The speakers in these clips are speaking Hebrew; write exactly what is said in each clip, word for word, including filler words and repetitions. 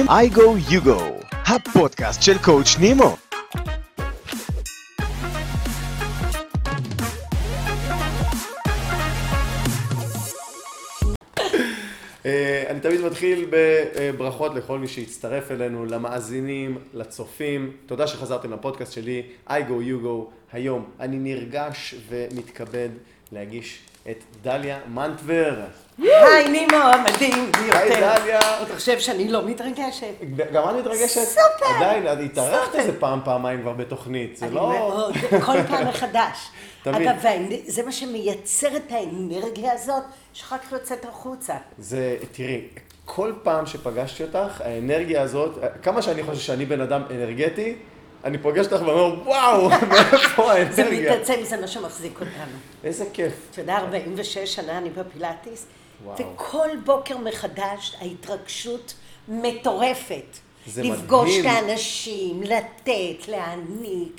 איי גו יו גו, הפודקאסט של קואוצ' נימו. אני תמיד מתחיל בברכות לכל מי שהצטרף אלינו, למאזינים, לצופים. תודה שחזרתם לפודקאסט שלי, איי גו יו גו. היום אני נרגש ומתכבד להגיש את דליה מנטבר. היי נימו, המדהים ביותר. היי דליה. אתה חושב שאני לא מתרגשת? גם אני מתרגשת. סופר. עדיין, את התארחת איזה פעם, פעמיים כבר בתוכנית. זה לא... אני מאוד, כל פעם מחדש. תמיד. אגב, זה מה שמייצר את האנרגיה הזאת, שאחר כך יוצאת החוצה. זה, תראי, כל פעם שפגשתי אותך, האנרגיה הזאת, כמה שאני חושב שאני בן אדם אנרגטי, אני פוגש אותך ואומר, וואו, מאיפה האנרגיה? זה מתעצם, זה מה שמחזיק אותנו. איזה כיף. אתה יודע, ארבעים ושש שנה אני בפילאטיס, וואו. וכל בוקר מחדש ההתרגשות מטורפת. זה לפגוש מדהים. את האנשים, לתת, להעניק,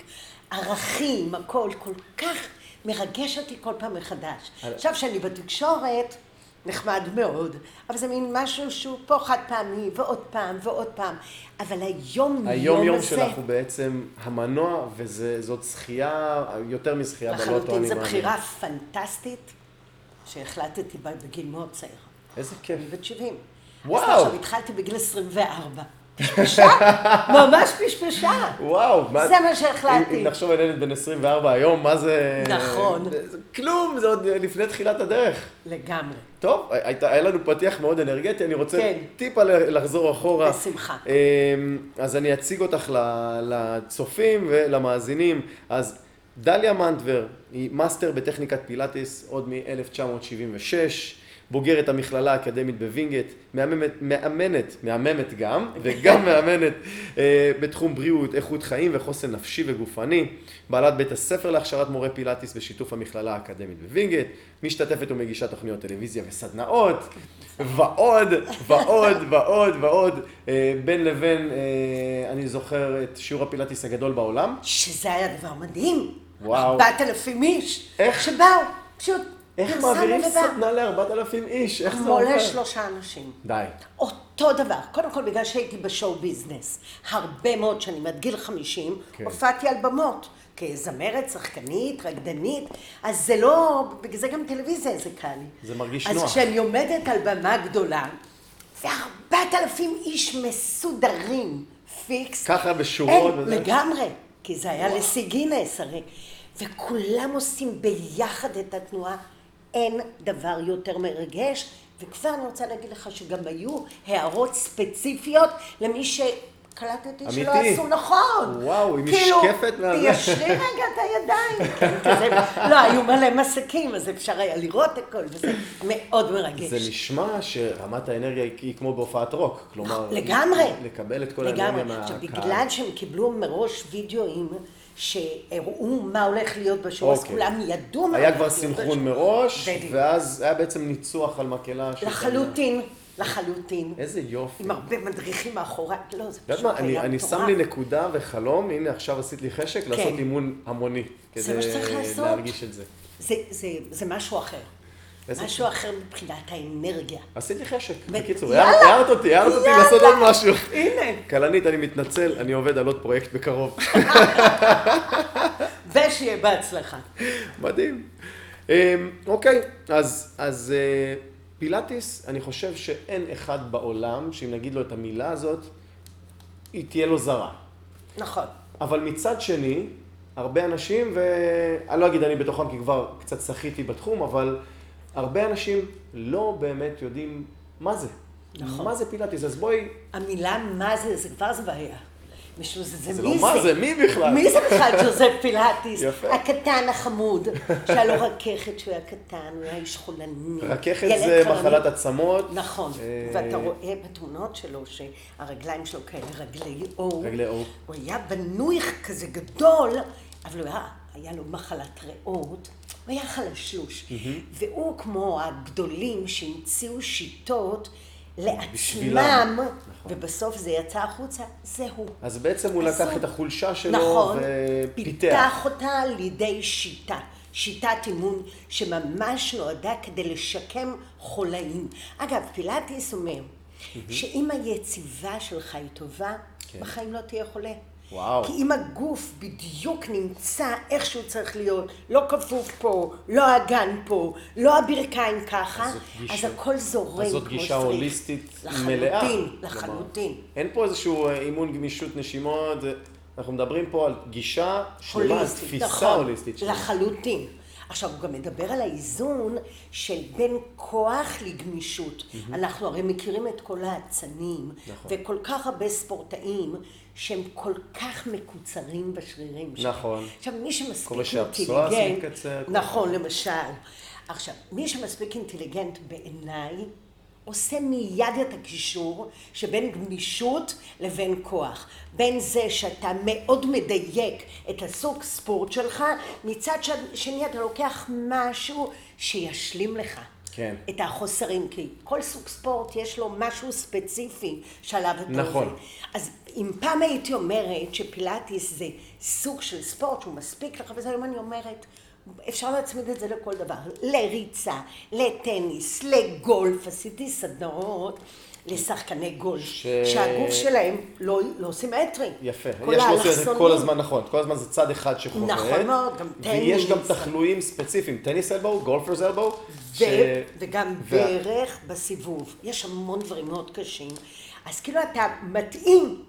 ערכים, הכל כל כך מרגש אותי כל פעם מחדש. על- עכשיו שאני בתקשורת, נחמד מאוד, אבל זה מין משהו שהוא פה חד פעמי, ועוד פעם, ועוד פעם. אבל היום היום יום יום הזה, שלך הוא בעצם המנוע, וזאת זכייה, יותר מזכייה בלוטו, לחלוטין, אני זו מאמין. בחירה פנטסטית, שהחלטתי בה בגיל מאוד צעיר. איזה כיף. אני בת שבעים. וואו. אז עכשיו התחלתי בגיל עשרים וארבע. פשפשה, ממש פשפשה. וואו. זה מה שהחלטתי. אם נחשוב על ילד בן עשרים וארבע היום, מה זה... נכון. זה כלום, זה עוד לפני תחילת הדרך. לגמרי. טוב, הייתה, היה לנו פתיח מאוד אנרגטי, אני רוצה כן. טיפה לחזור אחורה. בשמחה. אמ, אז אני אציג אותך ל- לצופים ולמאזינים. אז דליה מנטבר היא מאסטר בטכניקת פילאטיס עוד מ-אלף תשע מאות שבעים ושש, בוגרת המכללה האקדמית בווינגייט, מאמנת, מאמנת, מאמנת גם, וגם מאמנת אה, בתחום בריאות, איכות חיים וחוסן נפשי וגופני, בעלת בית הספר להכשרת מורי פילאטיס בשיתוף המכללה האקדמית בווינגייט, משתתפת ומגישה תוכניות טלוויזיה וסדנאות, ועוד, ועוד, ועוד, ועוד, אה, בין לבין, אה, אני זוכר את שיעור הפילאטיס הגדול בעולם. שזה היה דבר מדהים. וואו. ארבעת אלפים איש. איך? שבאו, פשוט. איך פרסמנו מעבירים ובאו. סדנה ל-ארבעת אלפים איש? איך זה כמו עובר? לשלושה אנשים. די. אותו דבר, קודם כל בגלל שהייתי בשואו ביזנס, הרבה מאוד שנים, עד גיל חמישים, כן. הופעתי על במות, כזמרת, שחקנית, רקדנית, אז זה לא, בגלל זה גם טלוויזיה זה קל לי. זה מרגיש אז נוח. אז כשאני עומדת על במה גדולה, וארבעת אלפים איש מסודרים, פיקס. ככה בשורות אין, וזה. לגמרי, כי זה היה לשיא גינס הרי, וכולם עושים ביחד את התנועה, אין דבר יותר מרגש, וכבר אני רוצה להגיד לך שגם היו הערות ספציפיות למי שקלטתי שלא אמיתי? עשו נכון. וואו, היא כאילו, משקפת מהזה. תיישרי רגע את הידיים. כן, כזה, לא, היו מלא מסקים, אז אפשר היה לראות הכל, וזה מאוד מרגש. זה נשמע שרמת האנרגיה היא- היא כמו בהופעת רוק, כלומר... לגמרי. לקבל את כל האנרגיה לגמרי. עכשיו, מהקהל. בגלל שהם קיבלו מראש וידאוים שהראו מה הולך להיות בשואו, אז אוקיי. כולם ידעו מה היה הולך כבר להיות סינכרון בשואו. מראש, בדיוק. ואז היה בעצם ניצוח על מקהלה. של- לחלוטין, לחלוטין. איזה יופי. עם הרבה מדריכים מאחורי, לא, זה יודעת פשוט מה, אני, היה אני מטורף. שם לי נקודה וחלום, הנה עכשיו עשית לי חשק, לעשות אימון המוני. זה מה שצריך כדי לעשות. להרגיש את זה. זה, זה, זה משהו אחר. איזה משהו אחר מבחינת האנרגיה. עשית לי חשק. ו- בקיצור, יאללה. הערת הערת אותי, הערת אותי יאללה. לעשות עוד משהו. הנה. כלנית, אני מתנצל, אני עובד על עוד פרויקט בקרוב. ושיהיה בהצלחה. מדהים. אמ, אוקיי, אז, אז אה, פילאטיס, אני חושב שאין אחד בעולם, שאם נגיד לו את המילה הזאת, היא תהיה לו זרה. נכון. אבל מצד שני, הרבה אנשים, ואני לא אגיד אני בתוכם כי כבר קצת שחיתי בתחום, אבל הרבה אנשים לא באמת יודעים מה זה. נכון. מה זה פילאטיס? אז בואי... המילה מה זה, זה כבר זה בעיה. משום זה, זה זה מי לא מה זה, מי בכלל? מי זה בכלל ג'וזף פילאטיס? יפה. הקטן החמוד, שהיה לו רככת שהוא היה קטן, הוא היה איש חולני. רככת ילד זה חולני. מחלת עצמות. נכון, אה, ואתה רואה בתמונות שלו שהרגליים שלו כאלה רגלי אור. רגלי אור. הוא היה בנוי כזה גדול, אבל הוא היה, היה לו מחלת ריאות, הוא היה חלשלוש. והוא כמו הגדולים שהמציאו שיטות בשבילם. לעצמם, ובסוף זה יצא החוצה, זהו. אז בעצם הוא אז לקח הוא- את החולשה שלו נכון, ופיתח. פיתח אותה לידי שיטה. שיטת אימון שממש נועדה כדי לשקם חולאים. אגב, פילאטיס אומר שאם היציבה שלך היא טובה, כן. בחיים לא תהיה חולה. וואו. כי אם הגוף בדיוק נמצא איך שהוא צריך להיות, לא כפוף פה, לא אגן פה, לא הברכיים ככה, אז זאת אז גישה- הכל זורם כמו אז שצריך. זאת גישה הוליסטית מלאה. לחלוטין, כלומר, לחלוטין. אין פה איזשהו אה, אימון גמישות נשימות, זה- אנחנו מדברים פה על גישה שלמה, על תפיסה נכון, הוליסטית שלמה. לחלוטין. עכשיו, הוא גם מדבר על האיזון של בין כוח לגמישות. אנחנו הרי מכירים את כל האצנים, נכון. וכל כך הרבה ספורטאים שהם כל כך מקוצרים בשרירים שלהם. נכון. עכשיו, מי שמספיק קורה שהפסואס אינטליגנט... מתקצר. נכון, למשל. עכשיו, מי שמספיק אינטליגנט בעיניי, עושה מיד את הקישור שבין גמישות לבין כוח. בין זה שאתה מאוד מדייק את הסוג ספורט שלך, מצד שני אתה לוקח משהו שישלים לך. כן. את החוסרים, כי כל סוג ספורט יש לו משהו ספציפי שעליו אתה עובד. נכון. אז אם פעם הייתי אומרת שפילאטיס זה סוג של ספורט שהוא מספיק לך, וזה היום אני אומרת, אפשר להצמיד את זה לכל דבר, לריצה, לטניס, לגולף, עשיתי סדנאות לשחקני גולף, ש- שהגוף שלהם לא, לא סימטרי. יפה, כל יש לו זה האלכסונים. כל הזמן, נכון, כל הזמן זה צד אחד שחובט. נכון מאוד, גם ויש גם טניס. תחלואים ספציפיים, טניס אלבו, גולפרס אלבו. ו- וגם ברך בסיבוב. יש המון דברים מאוד קשים. אז כאילו אתה מתאים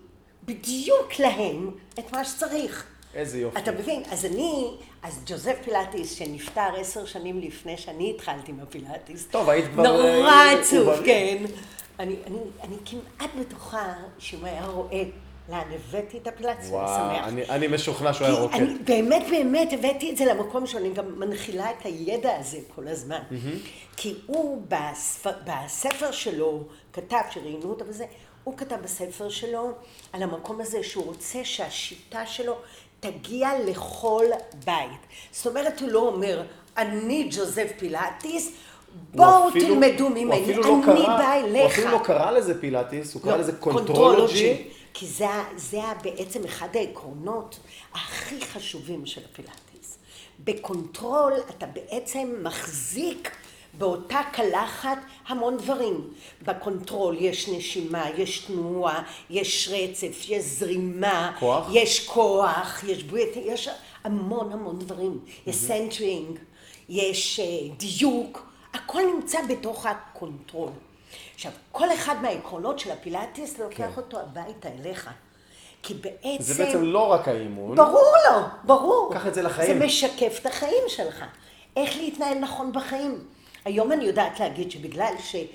בדיוק להם את מה שצריך. איזה יופי. אתה מבין? אז אני, אז ג'וזף פילאטיס, שנפטר עשר שנים לפני שאני התחלתי עם הפילאטיס. טוב, היית כבר... נורא אה, עצוב, עוברית. כן. אני, אני, אני כמעט בטוחה שאם היה רואה לאן הבאתי את הפילאטיס, הוא היה וואו, שמח. אני, אני משוכנע שהוא כי היה רוקד. אני באמת באמת הבאתי את זה למקום שאני גם מנחילה את הידע הזה כל הזמן. כי הוא בספר, בספר שלו כתב, שראיינו אותו וזה, הוא כתב בספר שלו על המקום הזה שהוא רוצה שהשיטה שלו תגיע לכל בית. זאת אומרת, הוא לא אומר, אני ג'וזף פילאטיס, בואו אפילו- תלמדו הוא ממני, אפילו לא אני קרא- בא הוא אליך. אפילו לא קרא לזה פילאטיס, הוא קרא לא, לזה קונטרולוגי. כי זה, ה- זה ה- בעצם אחד העקרונות הכי חשובים של הפילאטיס. בקונטרול אתה בעצם מחזיק באותה קלחת המון דברים. בקונטרול יש נשימה, יש תנועה, יש רצף, יש זרימה, כוח? יש כוח, יש בריאות, יש המון המון דברים. יש סנטרינג, יש אה, דיוק, הכל נמצא בתוך הקונטרול. עכשיו, כל אחד מהעקרונות של הפילאטיס, אתה לוקח כן. אותו הביתה אליך. כי בעצם... זה בעצם לא רק האימון. ברור לו, ברור. קח את זה לחיים. זה משקף את החיים שלך. איך להתנהל נכון בחיים. היום אני יודעת להגיד שבגלל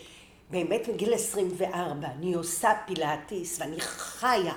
שבאמת מגיל עשרים וארבע אני עושה פילאטיס ואני חיה,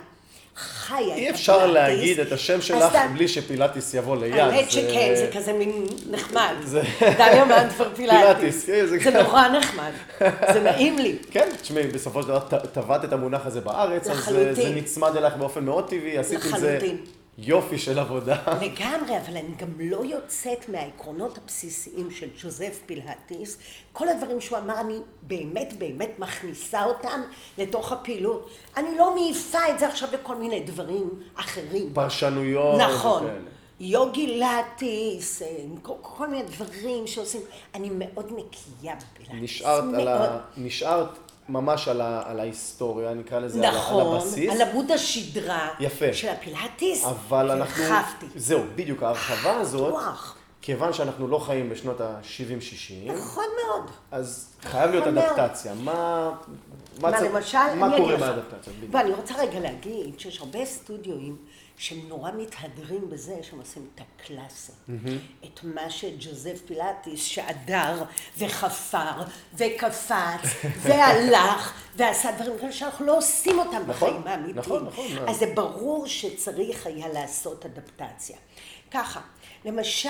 חיה אי את אפשר הפילאטיס, להגיד את השם אז שלך אתה- בלי שפילאטיס יבוא ליד. האמת זה- שכן, זה כזה מין נחמד. זה- דליה מנטפר פילאטיס. פילאטיס, כן, זה זה ככה. נורא נחמד. זה נעים לי. כן, תשמעי, בסופו של דבר ט- טבעת את המונח הזה בארץ, אז זה- לחלוטין. זה נצמד אלייך באופן מאוד טבעי, עשית עם זה לחלוטין. יופי של עבודה. לגמרי, אבל אני גם לא יוצאת מהעקרונות הבסיסיים של ג'וזף פילאטיס. כל הדברים שהוא אמר, אני באמת באמת מכניסה אותם לתוך הפעילות. אני לא מעיפה את זה עכשיו לכל מיני דברים אחרים. פרשנויות. נכון. וכאלה. יוגי לטיס, אה, כל, כל מיני דברים שעושים. אני מאוד נקייה בפילאטיס. נשארת, על מאוד. ה... נשארת ממש על, ה... על ההיסטוריה, נקרא לזה, על ה- על נכון, הבסיס. על עמוד השדרה יפה. של הפילאטיס, אבל אנחנו... והרחבתי. זהו, בדיוק, ההרחבה הזאת, וואח. כיוון שאנחנו לא חיים בשנות ה-שבעים שישים, נכון מאוד. אז חייב להיות נכון מאוד. אדפטציה. מה... מה צריך- למשל, מה אני קורה אגיד לך. באדפטציה? בדיוק. ואני רוצה רגע להגיד שיש הרבה סטודיואים שהם נורא מתהדרים בזה שהם עושים את הקלאסי. את מה שג'וזף פילאטיס שעדר וחפר וקפץ והלך ועשה דברים כאלה שאנחנו לא עושים אותם נכון, בחיים האמיתיים. נכון, נכון. אז זה ברור שצריך היה לעשות אדפטציה. ככה, למשל,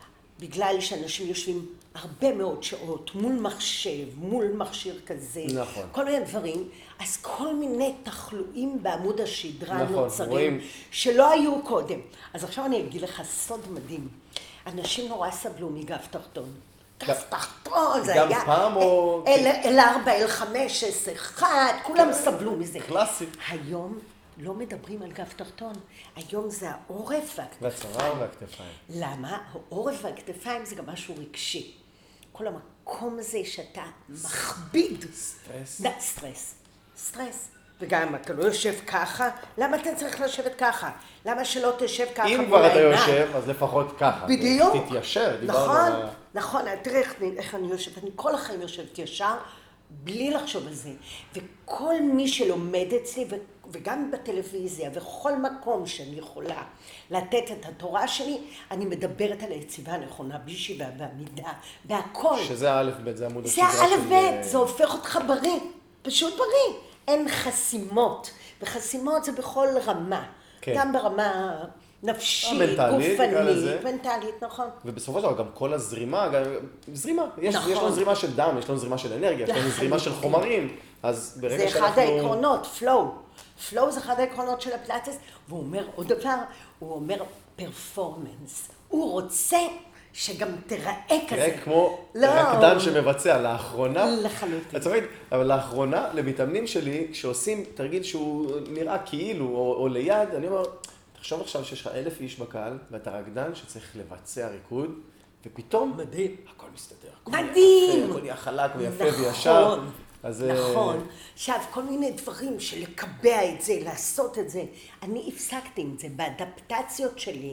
בגלל שאנשים יושבים הרבה מאוד שעות מול מחשב, מול מכשיר כזה, נכון. כל מיני דברים, אז כל מיני תחלואים בעמוד השדרה נכון, נוצרים, רואים. שלא היו קודם. אז עכשיו אני אגיד לך סוד מדהים. אנשים נורא סבלו מגב תחתון. גב תחתון, זה גם היה... פעם או- אל, אל ארבע, אל חמש, אס אחד, כולם סבלו מזה. קלאסי. היום לא מדברים על גב תחתון, היום זה העורף והכתפיים. והצוואר והכתפיים. למה? העורף והכתפיים זה גם משהו רגשי. כל המקום הזה שאתה מכביד. סטרס. ד- סטרס. סטרס. וגם אתה לא יושב ככה, למה אתה צריך לשבת ככה? למה שלא תשב ככה אם מול כבר אתה העיניים? יושב, אז לפחות ככה. בדיוק. תתיישר, דיברנו נכון, על ה... נכון, תראה איך, איך אני יושבת, אני כל החיים יושבת ישר, בלי לחשוב על זה. וכל מי שלומד אצלי, ו- וגם בטלוויזיה, וכל מקום שאני יכולה לתת את התורה שלי, אני מדברת על היציבה הנכונה, בישיבה, בעמידה, בהכל. שזה א' ב', זה עמוד זה השדרה האלף של... בית, זה הופך אותך בריא, פשוט בריא. אין חסימות, וחסימות זה בכל רמה, כן. גם ברמה נפשית, המנטלית, נקרא גופנית, לזה. מנטלית, נכון. ובסופו של דבר גם כל הזרימה, גם... זרימה, יש, נכון. יש לנו זרימה של דם, יש לנו זרימה של אנרגיה, יש לנו זרימה של לחלוטין. חומרים, אז ברגע זה שאנחנו... אחד העקרונות, פלואו. פלואו זה אחד העקרונות של הפילאטיס, והוא אומר עוד דבר, הוא אומר פרפורמנס. הוא רוצה שגם תראה כזה. תראה כמו לא. רקדן שמבצע, לאחרונה... לחלוטין. את צוחקת, אבל לאחרונה, למתאמנים שלי, שעושים תרגיל שהוא נראה כאילו, או, או ליד, אני אומר, תחשוב עכשיו שיש לך אלף איש בקהל, ואתה רקדן שצריך לבצע ריקוד, ופתאום... מדהים. הכל מסתדר. מדהים. הכל נהיה חלק ויפה נכון, וישר. אז, נכון. עכשיו, כל מיני דברים של לקבע את זה, לעשות את זה. אני הפסקתי עם זה באדפטציות שלי.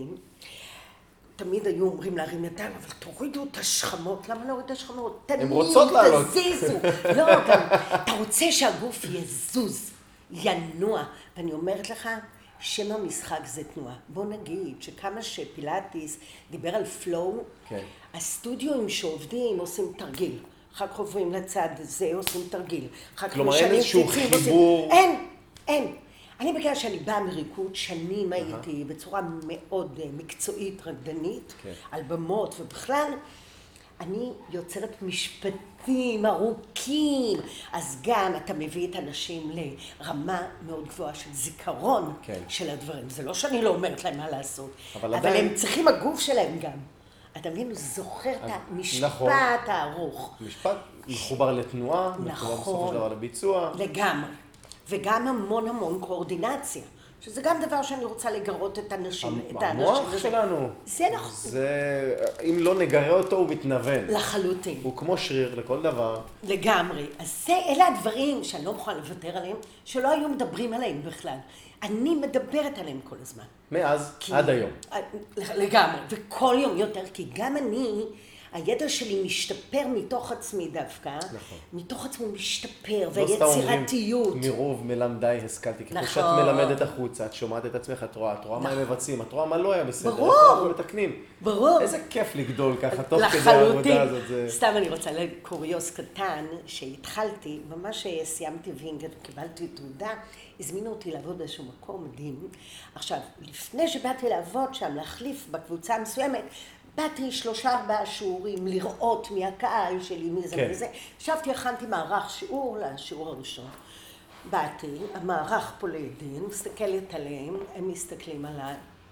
תמיד היו אומרים להרים ידיים, אבל תורידו את השכמות. למה להוריד את השכמות? הן רוצות לעלות. תזיזו. לא, גם, אתה רוצה שהגוף יזוז, ינוע. ואני אומרת לך, שם המשחק זה תנועה. בוא נגיד שכמה שפילאטיס דיבר על פלואו, כן. הסטודיואים שעובדים עושים תרגיל. אחר כך עוברים לצד זה, עושים תרגיל. אחר כך כלומר, אין משנים איזשהו ציצים, עושים- חיבור. אין, אין. אני בגלל שאני באה מריקוד, שנים הייתי בצורה מאוד אה, מקצועית, רקדנית, כן. על במות, ובכלל, אני יוצרת משפטים ארוכים, אז גם אתה מביא את האנשים לרמה מאוד גבוהה של זיכרון כן. של הדברים. זה לא שאני לא אומרת להם מה לעשות, אבל אבל עדיין- הם צריכים הגוף שלהם גם. אתה מבין, הוא זוכר את נכון. המשפט הארוך. משפט מחובר לתנועה, מחובר נכון. בסופו של דבר לביצוע. לגמרי. וגם המון המון קואורדינציה. שזה גם דבר שאני רוצה לגרות את האנשים. את האנשים המוח וזה. שלנו, זה נכון. זה, אם לא נגרה אותו הוא מתנוון. לחלוטין. הוא כמו שריר לכל דבר. לגמרי. אז זה, אלה הדברים שאני לא מוכנה לוותר עליהם, שלא היו מדברים עליהם בכלל. אני מדברת עליהם כל הזמן. מאז כי- עד היום. לגמרי, וכל יום יותר, כי גם אני, הידע שלי משתפר מתוך עצמי דווקא, נכון. מתוך עצמו משתפר, לא סתם אומרים, והיצירתיות. מרוב מלמדי השכלתי. ככל נכון. שאת מלמדת החוצה, את שומעת את עצמך, את רואה, את רואה מה הם מבצעים, את רואה מה לא היה בסדר. ברור. איפה אנחנו מתקנים. ברור. איזה כיף לגדול ככה, תוך כדי העבודה הזאת. זה- סתם אני רוצה לקוריוז קטן, שהתחלתי, ממש סיימתי וינגייט וקיבלתי תעודה, הזמינו אותי לעבוד באיזשהו מקום מדהים. עכשיו, לפני שבאתי לעבוד שם, להחליף בקבוצה המסוימת, באתי שלושה ארבעה שיעורים לראות מי הקהל שלי, מי זה כן. וזה. ישבתי, הכנתי מערך שיעור לשיעור הראשון. באתי, המערך פה לידי, מסתכלת עליהם, הם מסתכלים עליי.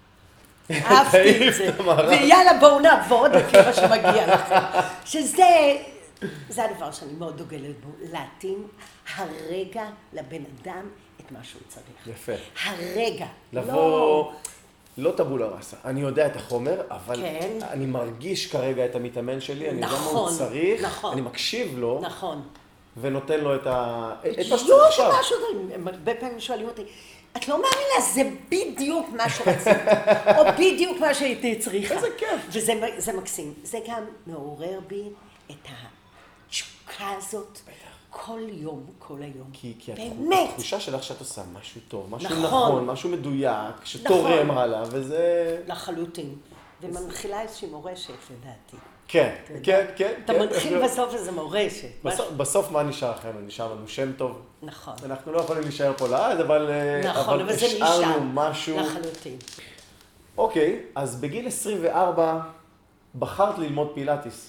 אהבתי את זה. את המערך. ויאללה, בואו נעבוד לפי מה שמגיע לכם. שזה, זה הדבר שאני מאוד דוגלת בו, להתאים הרגע לבן אדם את מה שהוא צריך. יפה. הרגע. לבוא, לא. לא טבולה ראסה. אני יודע את החומר, אבל כן. אני מרגיש כרגע את המתאמן שלי, אני יודע מה נכון, הוא צריך, נכון. אני מקשיב לו, נכון. ונותן לו את ה... את מה שצריך לא עכשיו. שמשהו, הם הרבה פעמים שואלים אותי, את לא מאמינה, זה בדיוק מה שרציתי, או בדיוק מה שהייתי צריכה. איזה כיף. וזה זה מקסים. זה גם מעורר בי את התשוקה הזאת כל יום, כל היום. כי, כי באמת. התחושה שלך שאת עושה משהו טוב, משהו נכון. נכון, משהו מדויק, שתורם נכון. הלאה, וזה... לחלוטין. ומנחילה איזושהי מורשת, לדעתי. כן, אתה יודע. כן, כן. אתה כן. מנחיל בסוף איזה מורשת. בסוף, בסוף מה נשאר אחרינו? נשאר לנו שם טוב. נכון. אנחנו לא יכולים להישאר פה לעד, אבל, אה, נכון, אבל זה נשאר. השארנו משהו. לחלוטין. אוקיי, אז בגיל עשרים וארבע בחרת ללמוד פילאטיס.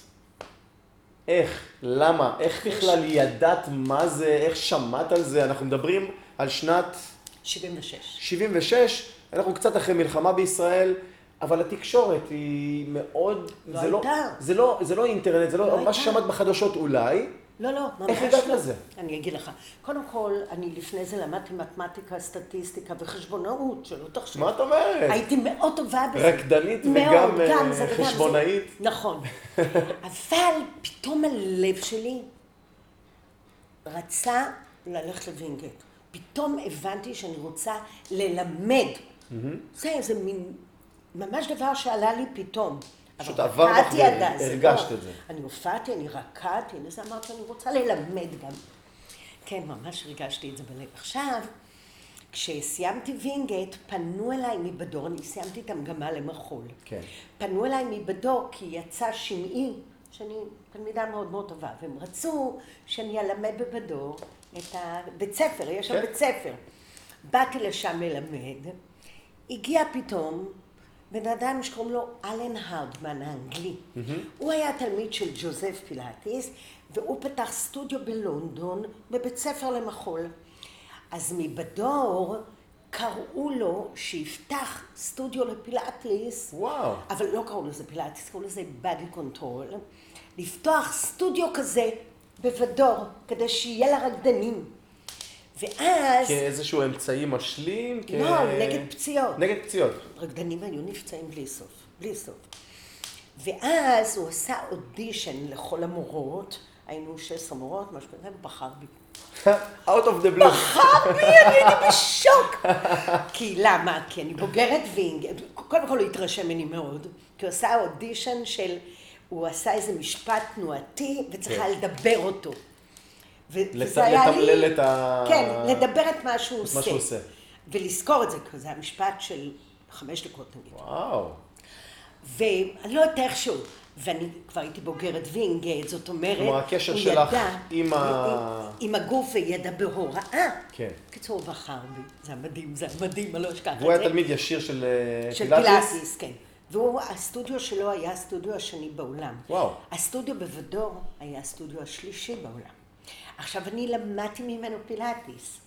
איך? למה? איך בכלל ידעת מה זה? איך שמעת על זה? אנחנו מדברים על שנת שבעים ושש. שבעים ושש, אנחנו קצת אחרי מלחמה בישראל, אבל התקשורת היא מאוד... לא זה הייתה. זה לא, זה לא אינטרנט, זה לא, לא מה הייתה. ששמעת בחדשות אולי. לא, לא, ממש איך הגעת לא. לזה? אני אגיד לך. קודם כל, אני לפני זה למדתי מתמטיקה, סטטיסטיקה וחשבונאות, שלא תחשוב. מה את אומרת? הייתי מאוד טובה בזה. רקדנית מאוד, וגם גם אה, זה וגם זה. חשבונאית. נכון. אבל פתאום הלב שלי רצה ללכת לווינגייט. פתאום הבנתי שאני רוצה ללמד. זה איזה מין, ממש דבר שעלה לי פתאום. פשוט עבר בך והרגשת את זה. אני הופעתי, אני רקדתי, אז אמרתי, אני רוצה ללמד גם. כן, ממש הרגשתי את זה בלב. עכשיו, כשסיימתי וינגייט, פנו אליי מבדור, אני סיימתי את המגמה למחול. כן. פנו אליי מבדור כי יצא שמעי, שאני תלמידה מאוד מאוד טובה, והם רצו שאני אלמד בבדור את הבית ספר, יש שם כן. בית ספר. באתי לשם ללמד, הגיע פתאום בן אדם שקוראים לו אלן הרדמן האנגלי. Mm-hmm. הוא היה תלמיד של ג'וזף פילאטיס, והוא פתח סטודיו בלונדון בבית ספר למחול. אז מבדור קראו לו שיפתח סטודיו לפילאטיס, וואו. אבל לא קראו לזה פילאטיס, קראו לזה בדי קונטרול, לפתוח סטודיו כזה בבדור, כדי שיהיה לרקדנים. ואז... כאיזשהו אמצעי משלים? כ... לא, נגד פציעות. נגד פציעות. רקדנים היו נפצעים בלי סוף, בלי סוף. ואז הוא עשה אודישן לכל המורות, היינו שש עשרה מורות, משהו כזה, הוא בחר בי. Out of the blue. בחר בי, אני הייתי בשוק. כי למה? כי אני בוגרת וינג, קודם כל הוא התרשם ממני מאוד, כי הוא עשה אודישן של, הוא עשה איזה משפט תנועתי, וצריכה לדבר אותו. וזה היה לי... לתמלל את ה... כן, לדבר את מה שהוא מה שהוא עושה. ולזכור את זה, כי זה המשפט של חמש דקות נגיד. וואו. ואני לא יודעת איכשהו, ואני כבר הייתי בוגרת וינגייט, זאת אומרת, כלומר, הקשר הוא שלך ידע, עם ה... עם הגוף וידע בהוראה. כן. קיצור, הוא בחר בי, זה המדהים, זה המדהים, אני לא אשכח את זה. והוא היה תלמיד ישיר של של פילאטיס? פילאטיס, כן. והוא, הסטודיו שלו היה הסטודיו השני בעולם. וואו. הסטודיו בבדור היה הסטודיו השלישי בעולם. עכשיו, אני למדתי ממנו פילאטיס.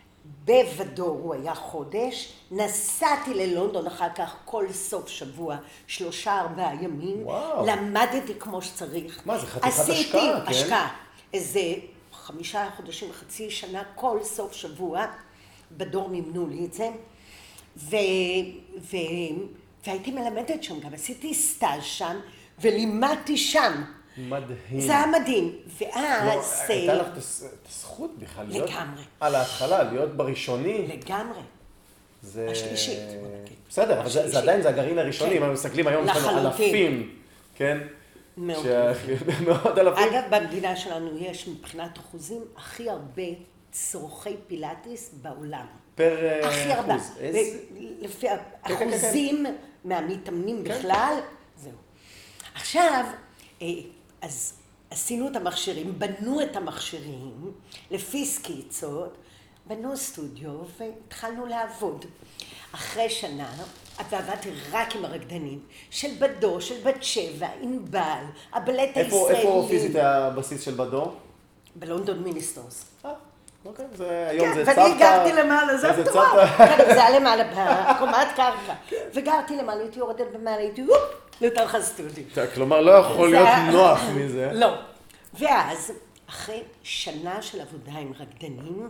בבדור הוא היה חודש, נסעתי ללונדון אחר כך כל סוף שבוע, שלושה ארבעה ימים, וואו. למדתי כמו שצריך. מה, זה חתיכת השקעה, עשיתי כן? השקעה, איזה חמישה חודשים, חצי שנה, כל סוף שבוע, בדור מימנו לי את זה, ו... ו... והייתי מלמדת שם, גם עשיתי סטאז' שם, ולימדתי שם. מדהים. זה היה מדהים, לא, ואז... הייתה לך את הזכות בכלל להיות... לגמרי. על ההתחלה, להיות בראשוני. לגמרי. זה... השלישית, בוא נגיד. בסדר, אבל זה, זה השלישית. עדיין זה הגרעין הראשוני, כן. אם אנחנו מסתכלים היום, יש לנו לחלוטין. אלפים, כן? מאות ש- מאות אלפים. אגב, במדינה שלנו יש מבחינת אחוזים הכי הרבה צורכי פילאטיס בעולם. פר אה, הכי הרבה. אחוז. איזה... ו- לפי כן, כן, כן. האחוזים מהמתאמנים בכלל, זהו. עכשיו, אה, אז עשינו את המכשירים, בנו את המכשירים לפי סקיצות, בנו סטודיו והתחלנו לעבוד. אחרי שנה, ועבדתי רק עם הרקדנים, של בדור, של בת שבע, ענבל, הבלט איפה, הישראלי. איפה פיזית הבסיס של בדור? בלונדון מיניסטורס. אה, אוקיי, זה היום כן, זה ואני צוותא. גרתי למעלה, זה איזה מטורף. צוותא. כן, זה היה למעלה, בקומת קרקע. וגרתי למעלה, הייתי יורדת במעלה, הייתי וופ, לתוך הסטודיו. כלומר, לא יכול זה להיות היה- נוח מזה. לא. ואז, אחרי שנה של עבודה עם רקדנים,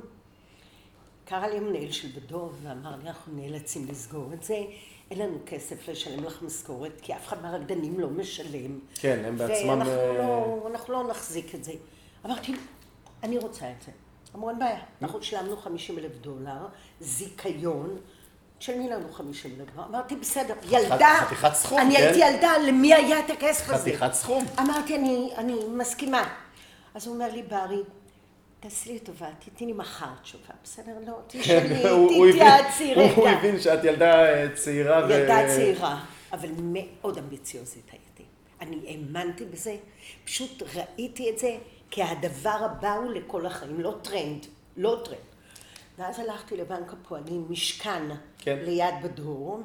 קרא לי המנהל של בדור ואמר לי, אנחנו נאלצים לסגור את זה, אין לנו כסף לשלם לך משכורת, כי אף אחד מהרקדנים לא משלם. כן, הם בעצמם... ואנחנו אה, לא, אנחנו לא נחזיק את זה. אמרתי, אני רוצה את זה. אמרו, אין בעיה, אנחנו שילמנו חמישים אלף דולר, זיכיון, תשלמי לנו חמישים אלף דולר. אמרתי, בסדר, ילדה, חתיכת סכום, אני כן? הייתי ילדה, למי היה את הכסף הזה? חתיכת סכום. אמרתי, אני, אני מסכימה. אז הוא אומר לי, ברי, תעשי לי טובה, תתני לי מחר תשובה, בסדר? לא, תשאלי, הוא- הוא הבין- תתייעצי הוא רגע. הבין שאת ילדה אה, צעירה ו... ילדה צעירה, אבל מאוד אמביציוזית הייתי. אני האמנתי בזה, פשוט ראיתי את זה, כי הדבר הבא הוא לכל החיים, לא טרנד, לא טרנד. ואז הלכתי לבנק הפועלים, משכן, כן. ליד בדור,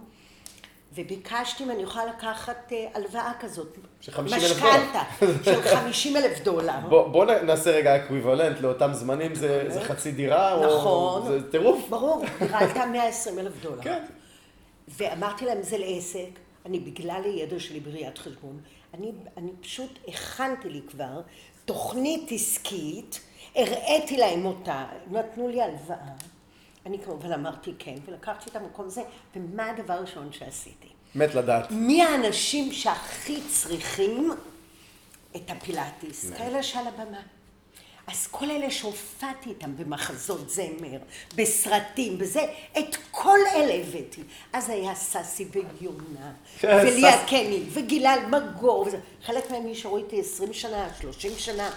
וביקשתי אם אני יכולה לקחת אה, הלוואה כזאת. של חמישים אלף דולר. משכנתה של חמישים אלף דולר. בוא, בוא נעשה רגע אקוויוולנט לאותם זמנים, זה, זה חצי דירה, נכון. או זה טירוף. ברור, דירה עלתה מאה ועשרים אלף דולר. כן. ואמרתי להם, זה לעסק, אני בגלל הידע שלי בראיית חשבון, אני, אני פשוט הכנתי לי כבר תוכנית עסקית, הראיתי להם אותה, נתנו לי הלוואה, אני כמובן אמרתי כן, ולקחתי את המקום הזה, ומה הדבר הראשון שעשיתי? מת לדעת. מי האנשים שהכי צריכים את הפילאטיס? כאלה שעל הבמה. אז כל אלה שהופעתי איתם במחזות זמר, בסרטים, בזה, את כל אלה הבאתי. אז היה ססי ויונה, וליה קני, וגילאל מגור, וזה. חלק מהם נשארו איתי עשרים שנה, שלושים שנה.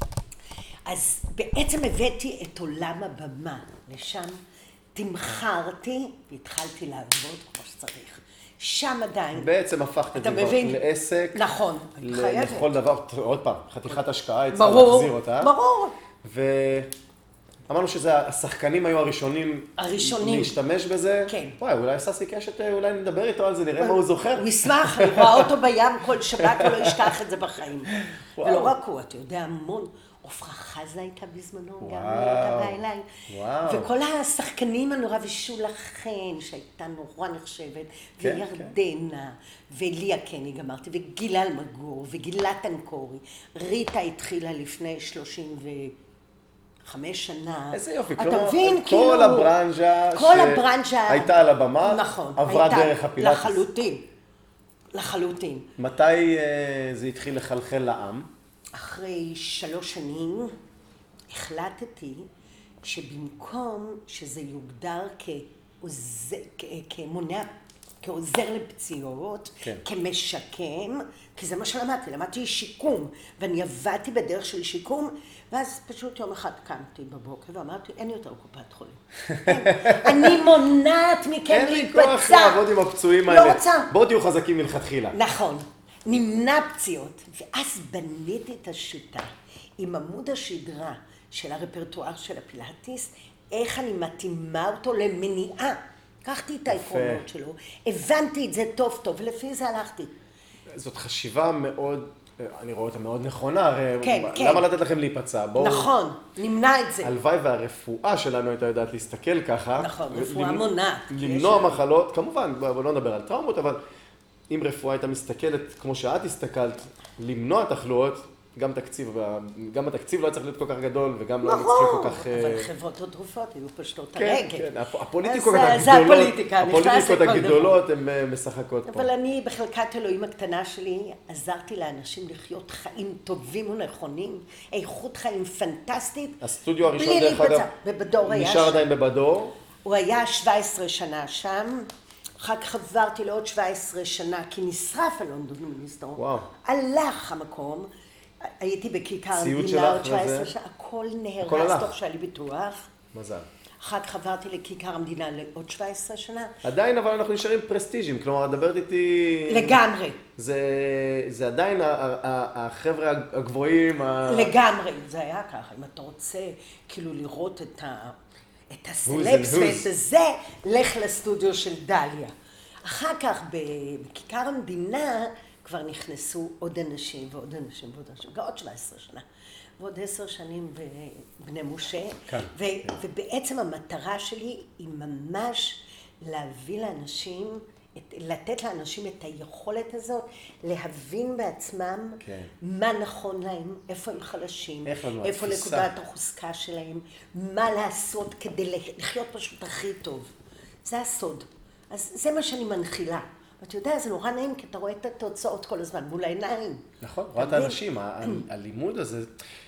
אז בעצם הבאתי את עולם הבמה לשם, תמחרתי והתחלתי לעבוד כמו שצריך. שם עדיין. בעצם הפכת את זה לעסק. נכון, אני חייבת. לכל דבר, עוד פעם, חתיכת השקעה, הצעה להחזיר אותה. ברור. ואמרנו שזה, השחקנים היו הראשונים. הראשונים. להשתמש בזה. כן. וואי, אולי ססי קשת, אולי נדבר איתו על זה, נראה מה הוא זוכר. הוא ישמח, אני רואה אותו בים כל שבת, הוא לא ישכח את זה בחיים. ולא רק הוא, אתה יודע, המון. עופרה חזה הייתה בזמנו, גם הייתה באה אליי. וכל השחקנים הנורא, ושולה חן, שהייתה נורא נחשבת, וירדנה, וליה קני גמרתי, וגילאל מגור, וגילת אנקורי. ריטה התחילה לפני שלושים וחמש שנה. איזה יופי, אתה מבין, כאילו... כל הברנז'ה שהייתה על הבמה, עברה דרך הפילאטיס. לחלוטין, לחלוטין. מתי זה התחיל לחלחל לעם? אחרי שלוש שנים החלטתי שבמקום שזה יוגדר כעוזר, כמונע, כעוזר לפציעות, כן. כמשקם, כי זה מה שלמדתי, למדתי שיקום, ואני עבדתי בדרך של שיקום, ואז פשוט יום אחד קמתי בבוקר ואמרתי, אין יותר קופת חולים. אני מונעת מכם להיפצע. אין לי כוח לעבוד עם הפצועים האלה. לא רוצה. בואו תהיו חזקים מלכתחילה. נכון. נמנע פציעות, ואז בניתי את השיטה עם עמוד השדרה של הרפרטואר של הפילאטיס, איך אני מתאימה אותו למניעה. לקחתי את העקרונות שלו, הבנתי את זה טוב טוב, ולפי זה הלכתי. זאת חשיבה מאוד, אני רואה אותה מאוד נכונה, הרי כן, כן. למה לתת לכם להיפצע? בואו... נכון, נמנע את זה. הלוואי והרפואה שלנו הייתה יודעת להסתכל ככה. נכון, רפואה מונעת. למנוע מחלות, כמובן, בואו לא נדבר על טראומות, אבל... אם רפואה הייתה מסתכלת, כמו שאת הסתכלת, למנוע תחלואות, גם תקציב, גם התקציב לא צריך להיות כל כך גדול, וגם לא צריך כל כך... אבל חברות התרופות היו פשטות הרגל. כן, כן, הפוליטיקות הגדולות, זה הפוליטיקה, הפוליטיקות הגדולות הן משחקות פה. אבל אני בחלקת אלוהים הקטנה שלי, עזרתי לאנשים לחיות חיים טובים ונכונים, איכות חיים פנטסטית. הסטודיו הראשון, דרך אגב, נשאר עדיין בבדור. הוא היה שבע עשרה שנה שם. אחר כך עברתי לעוד שבע עשרה שנה, כי נשרף הלונדון מיניסטור. וואו. הלך המקום, הייתי בכיכר המדינה עוד שבע עשרה שנה, הכל נהרס תוך שהיה לי ביטוח. מזל. אחר כך עברתי לכיכר המדינה לעוד שבע עשרה שנה. עדיין, אבל אנחנו נשארים פרסטיג'ים, כלומר, דברת איתי... לגמרי. זה, זה עדיין החבר'ה הגבוהים... לגמרי, זה היה ככה. אם אתה רוצה כאילו לראות את ה... את הסלפס ואת זה, לך לסטודיו של דליה. אחר כך בכיכר המדינה כבר נכנסו עוד אנשים ועוד אנשים ועוד אנשים, עוד שבע עשרה שנה, ועוד עשר שנים בבני משה, ו- ובעצם המטרה שלי היא ממש להביא לאנשים, את, לתת לאנשים את היכולת הזאת, להבין בעצמם כן. מה נכון להם, איפה הם חלשים, איפה נקודת החוזקה שלהם, מה לעשות כדי לחיות פשוט הכי טוב. זה הסוד. אז זה מה שאני מנחילה. ואתה יודע, זה נורא נעים, כי אתה רואה את התוצאות כל הזמן מול העיניים. נכון, רואה את האנשים. הלימוד הזה,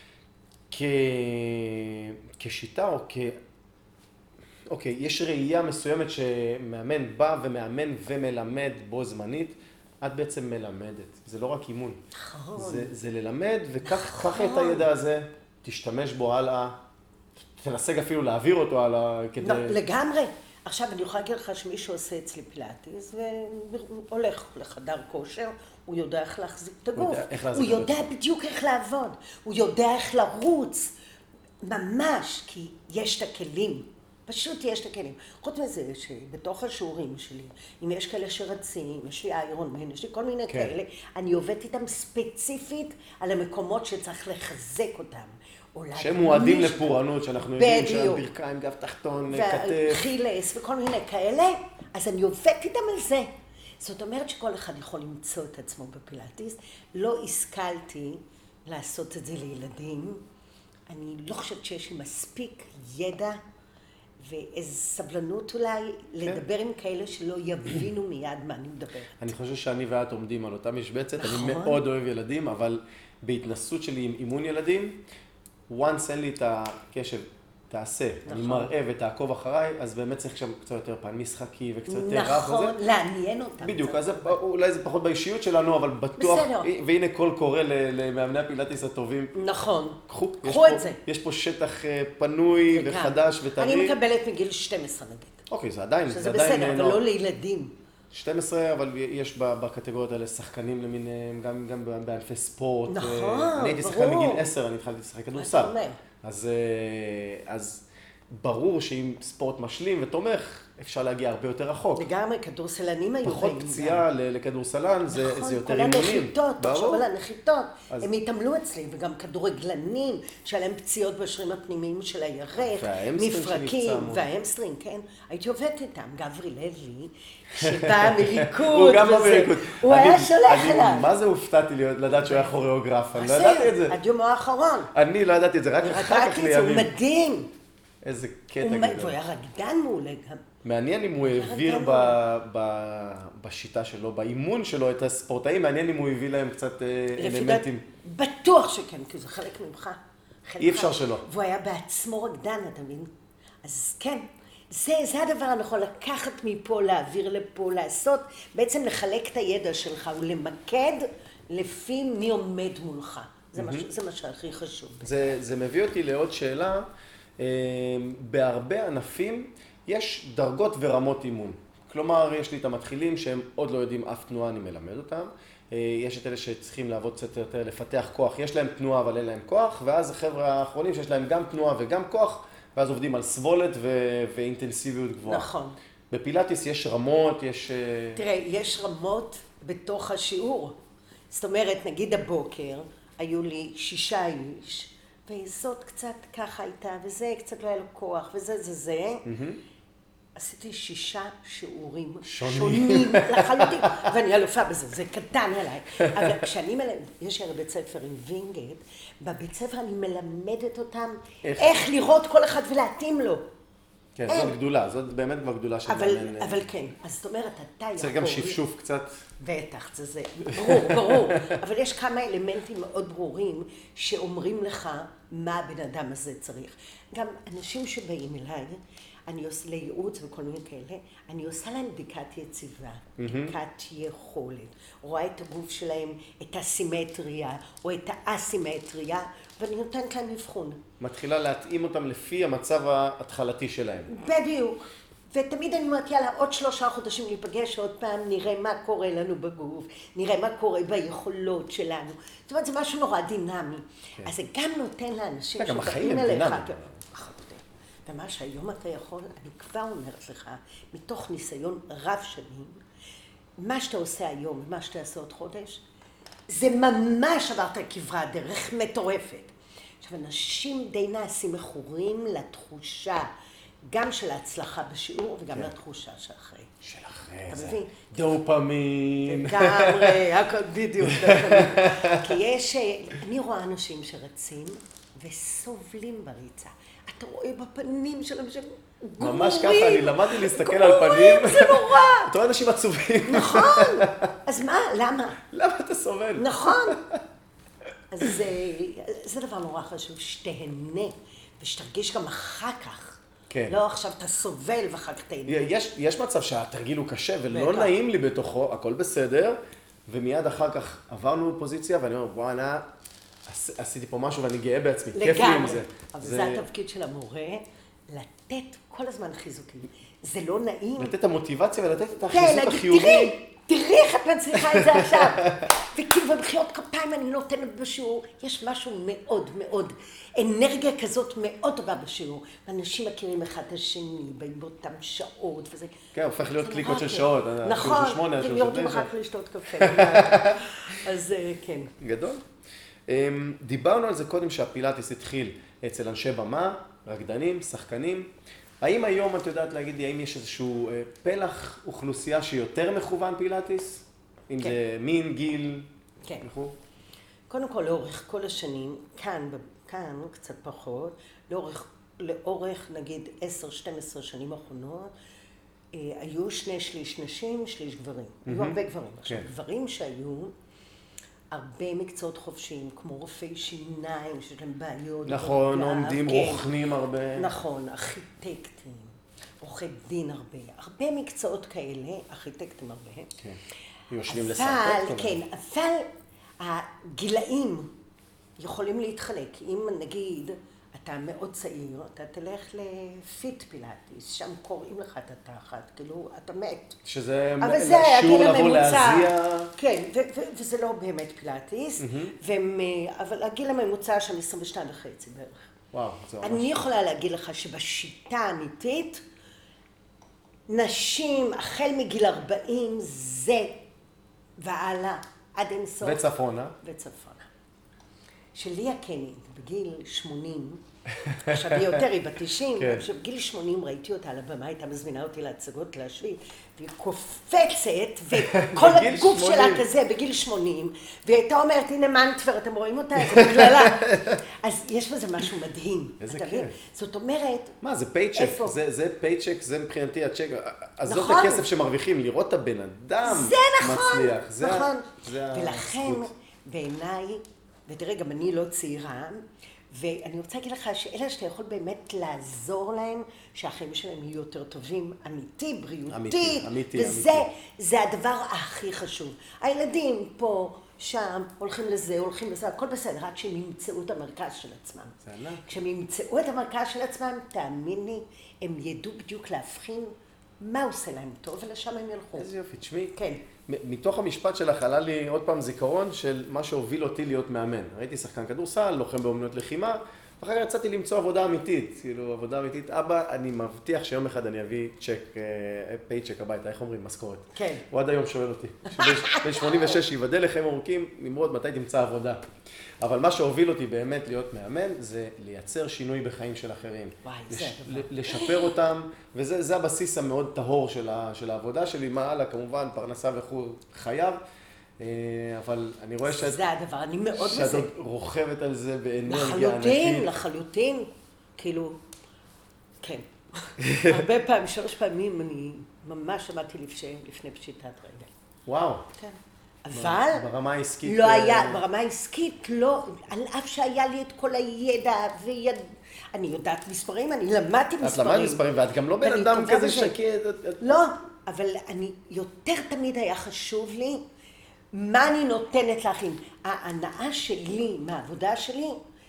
כשיטה או כ... אוקיי, יש ראייה מסוימת שמאמן בא ומאמן ומלמד בו זמנית, את בעצם מלמדת. זה לא רק אימון. נכון. זה, זה ללמד, וכך את הידע הזה, תשתמש בו הלאה, תנסה אפילו להעביר אותו הלאה כדי... לא, לגמרי. עכשיו, אני יכולה להגיד לך שמי שעושה אצלי פילאטיס והולך לחדר כושר, הוא יודע איך להחזיק את הגוף. הוא יודע בדיוק איך לעבוד. הוא יודע איך לרוץ. ממש, כי יש את הכלים. פשוט יש את הכלים. חוץ מזה שבתוך השיעורים שלי, אם יש כאלה שרצים, יש לי איירון מן, יש לי כל מיני כן. כאלה, אני עובדת איתם ספציפית על המקומות שצריך לחזק אותם. שהם מועדים לפורענות, שאנחנו יודעים שהם ברכיים, גב תחתון, כתף. וחילס וכל מיני כאלה, אז אני עובדת איתם על זה. זאת אומרת שכל אחד יכול למצוא את עצמו בפילאטיס. לא השכלתי לעשות את זה לילדים. אני לא חושבת שיש לי מספיק ידע ואיזו סבלנות אולי לדבר עם כאלה שלא יבינו מיד מה אני מדבר. אני חושב שאני ואת עומדים על אותה משבצת, אני מאוד אוהב ילדים, אבל בהתנסות שלי עם אימון ילדים, once אין לי את הקשב, תעשה, אני מראה ותעקוב אחריי, אז באמת צריך שם קצת יותר פן משחקי וקצת יותר רב וזה. נכון, לעניין אותם. בדיוק, אז אולי זה פחות באישיות שלנו, אבל בטוח, והנה קול קורא למאמני הפילאטיס הטובים. נכון, קחו את זה. יש פה שטח פנוי וחדש וטרי. אני מקבלת מגיל שתים עשרה נגיד. אוקיי, זה עדיין, שזה בסדר, אבל לא לילדים. שתים עשרה, אבל יש בקטגוריות האלה שחקנים למיניהם, גם בענפי ספורט. נכון, ברור. אני הייתי שחקן מגיל עשר, אני התחלתי לשחק כדורסל. אז, אז ברור שאם ספורט משלים ותומך, אפשר להגיע הרבה יותר רחוק. לגמרי, כדורסלנים היו פחות פציעה לכדורסלן, זה, נכון, זה יותר אימונים. כל הנחיתות, תחשוב על הנחיתות. אז... הם התעמלו אצלי, וגם כדורגלנים, שהיה להם פציעות בשרירים הפנימיים של הירך, מפרקים, והאמסטרינג, כן? הייתי עובדת איתם, גברי לוי, שבא מריקוד, הוא גם בא מריקוד. הוא היה שולח אליי. מה זה הופתעתי לדעת שהוא היה כוריאוגרף? אני לא ידעתי את זה. עד יומו האחרון. אני לא ידעתי את זה, רק אחר כך לימים. הוא מדהים. איזה קטע גדול. והוא היה רקדן מעולה גם. מעניין אם הוא העביר בשיטה שלו, באימון שלו את הספורטאים, מעניין אם הוא הביא להם קצת אלמנטים. בטוח שכן, כי זה חלק ממך. אי אפשר שלא. והוא היה בעצמו רקדן, אתה מבין? אז כן, זה הדבר הנכון, לקחת מפה, להעביר לפה, לעשות, בעצם לחלק את הידע שלך ולמקד לפי מי עומד מולך. זה מה שהכי חשוב. זה מביא אותי לעוד שאלה. בהרבה ענפים יש דרגות ורמות אימון. כלומר, יש לי את המתחילים שהם עוד לא יודעים אף תנועה, אני מלמד אותם. יש את אלה שצריכים לעבוד קצת יותר, לפתח כוח. יש להם תנועה, אבל אין להם כוח. ואז החבר'ה האחרונים שיש להם גם תנועה וגם כוח, ואז עובדים על סבולת ו- ואינטנסיביות גבוהה. נכון. בפילאטיס יש רמות, יש... תראה, יש רמות בתוך השיעור. זאת אומרת, נגיד הבוקר, היו לי שישה איש, וזאת קצת ככה הייתה, וזה קצת לא היה לו כוח, וזה זה זה. עשיתי שישה שיעורים שונים לחלוטין, ואני אלופה בזה, זה קטן עליי. אבל כשאני מלמדת, יש לי בית ספר עם וינגייט, בבית ספר אני מלמדת אותם איך לראות כל אחד ולהתאים לו. כן, זאת גדולה, זאת באמת כבר גדולה של מאמן. אבל כן, אז זאת אומרת, אתה יכול... צריך גם שפשוף קצת. בטח, זה זה, ברור, ברור. אבל יש כמה אלמנטים מאוד ברורים שאומרים לך מה הבן אדם הזה צריך. גם אנשים שבאים אליי, אני עושה לייעוץ וכל מיני כאלה, אני עושה להם בדיקת יציבה, בדיקת יכולת. רואה את הגוף שלהם, את הסימטריה או את האסימטריה, ואני נותנת להם לבחון. מתחילה להתאים אותם לפי המצב ההתחלתי שלהם. בדיוק. ותמיד אני אומרת, יאללה, עוד שלושה חודשים ניפגש עוד פעם, נראה מה קורה לנו בגוף, נראה מה קורה ביכולות שלנו. זאת אומרת, זה משהו נורא דינמי. כן. אז זה גם נותן לאנשים שבאים אליך. ומה שהיום אתה יכול, אני כבר אומרת לך, מתוך ניסיון רב שנים, מה שאתה עושה היום ומה שאתה עושה עוד חודש, זה ממש עברת כברת דרך מטורפת. עכשיו, אנשים די נעשים מכורים לתחושה, גם של ההצלחה בשיעור וגם כן. לתחושה שאחרי. של אחרי זה. דופמין. לגמרי, בדיוק. כי יש, אני רואה אנשים שרצים וסובלים בריצה. אתה רואה בפנים שלהם שהם גרורים. ממש ככה, אני למדתי להסתכל על פנים. גרורים, זה נורא. אתה רואה אנשים עצובים. נכון. אז מה, למה? למה אתה סובל? נכון. אז זה, זה דבר נורא חשוב, שתהנה ושתרגיש גם אחר כך. כן. לא עכשיו אתה סובל ואחר כך תהנה. יש, יש מצב שהתרגיל הוא קשה ולא נעים לי בתוכו, הכל בסדר, ומיד אחר כך עברנו פוזיציה ואני אומר, בוא, אני עשיתי פה משהו ואני גאה בעצמי, כיף לי עם זה. אבל זה... זה התפקיד של המורה, לתת כל הזמן חיזוקים. זה לא נעים. לתת את המוטיבציה ולתת את החיזוק החיובי. תראי, תראי איך את מצליחה את זה עכשיו. וכאילו במחיאות כפיים אני נותנת בשיעור, יש משהו מאוד מאוד, אנרגיה כזאת מאוד טובה בשיעור. אנשים מכירים אחד את השני, באים באותם שעות וזה. כן, הופך להיות קליקות של שעות. נכון, הם יורדים אחר כך לשתות קפה. אז כן. גדול. דיברנו על זה קודם שהפילאטיס התחיל אצל אנשי במה, רקדנים, שחקנים. האם היום את יודעת להגיד לי, האם יש איזשהו פלח אוכלוסייה שיותר מכוון פילאטיס? אם כן. זה מין, גיל? כן. וכו'? קודם כל, לאורך כל השנים, כאן, כאן קצת פחות, לאורך, לאורך נגיד עשר שתים עשרה שנים האחרונות, אה, היו שני שליש נשים, שליש גברים. היו הרבה גברים. עכשיו, גברים שהיו, הרבה מקצועות חופשיים, כמו רופאי שיניים, שיש להם בעיות. נכון, בגב, עומדים, כן. רוכנים הרבה. נכון, ארכיטקטים, עורכי דין הרבה, הרבה מקצועות כאלה, ארכיטקטים הרבה. כן, יושבים אבל, לשחק. כן, אבל הגילאים יכולים להתחלק. אם נגיד, אתה מאוד צעיר, אתה תלך לפיט פילאטיס, שם קוראים לך את התחת, כאילו, אתה מת. שזה אבל זה שיעור הגיל לבוא הממוצע. להזיע. כן, ו- ו- וזה לא באמת פילאטיס, והם, אבל הגיל הממוצע שם עשרים ושתיים וחצי בערך. וואו, זה ממש... אני יכולה להגיד לך שבשיטה האמיתית, נשים החל מגיל ארבעים זה והלאה עד אינסוף. וצפונה. וצפונה. שליה קניג בגיל שמונים, עכשיו היא יותר, היא בת תשעים, כן. עכשיו בגיל שמונים ראיתי אותה על הבמה, הייתה מזמינה אותי להצגות להשוויץ, והיא קופצת, וכל בגיל הגוף שמונים. שלה כזה בגיל שמונים, והיא הייתה אומרת, הנה מנטבר, אתם רואים אותה? זה בגללה. אז יש בזה משהו מדהים. איזה אתה כיף. מבין? זאת אומרת, מה, זה פייצ'ק, איפה? זה, זה פייצ'ק, זה מבחינתי הצ'ק, אז זאת נכון. הכסף שמרוויחים, לראות את הבן אדם זה נכון, מצליח. זה ה- נכון. זה ולכן, הזכות. בעיניי, ותראה, גם אני לא צעירה, ואני רוצה להגיד לך שאלה שאתה יכול באמת לעזור להם, שהחיים שלהם יהיו יותר טובים, אמיתי, בריאותי, אמיתי, אמיתי, וזה אמיתי. זה הדבר הכי חשוב. הילדים פה, שם, הולכים לזה, הולכים לזה, הכל בסדר, רק שהם ימצאו את המרכז של עצמם. זה ענק. כשהם ימצאו את המרכז של עצמם, תאמין לי, הם ידעו בדיוק להבחין מה עושה להם טוב, ולשם הם ילכו. איזה יופי, תשמעי. כן. מ- מתוך המשפט שלך עלה לי עוד פעם זיכרון של מה שהוביל אותי להיות מאמן. ראיתי שחקן כדורסל, לוחם באומנויות לחימה, ואחר כך יצאתי למצוא עבודה אמיתית, כאילו עבודה אמיתית. אבא, אני מבטיח שיום אחד אני אביא צ'ק, אה, פייצ'ק הביתה, איך אומרים? משכורת. כן. הוא עד היום שואל אותי. בן שמונים ושש ייבדל לחיים ארוכים, נמרוד, מתי תמצא עבודה? אבל מה שהוביל אותי באמת להיות מאמן, זה לייצר שינוי בחיים של אחרים. וואי, לש- זה הדבר. ל- לשפר אותם, וזה זה הבסיס המאוד טהור של, ה, של העבודה שלי, מה הלאה, כמובן, פרנסה וכו' חייב, אה, אבל אני רואה שאת, זה הדבר, אני מאוד שאת מזה. עוד רוכבת על זה באנרגיה לחלוטין, ענקית. לחלוטין, כאילו, כן. הרבה פעמים, שלוש פעמים אני ממש עמדתי לפני, לפני פשיטת רגל. וואו, כן. אבל ברמה העסקית... לא אה, היה, ברמה העסקית לא, על אף שהיה לי את כל הידע ויד... אני יודעת מספרים, אני למדתי את מספרים. למדת מספרים, ואת גם לא בן ואני אדם טובה כזה בזה. שקט. את- את- לא, אבל אני, יותר תמיד היה חשוב לי מה אני נותנת לאחים. ההנאה שלי מהעבודה שלי,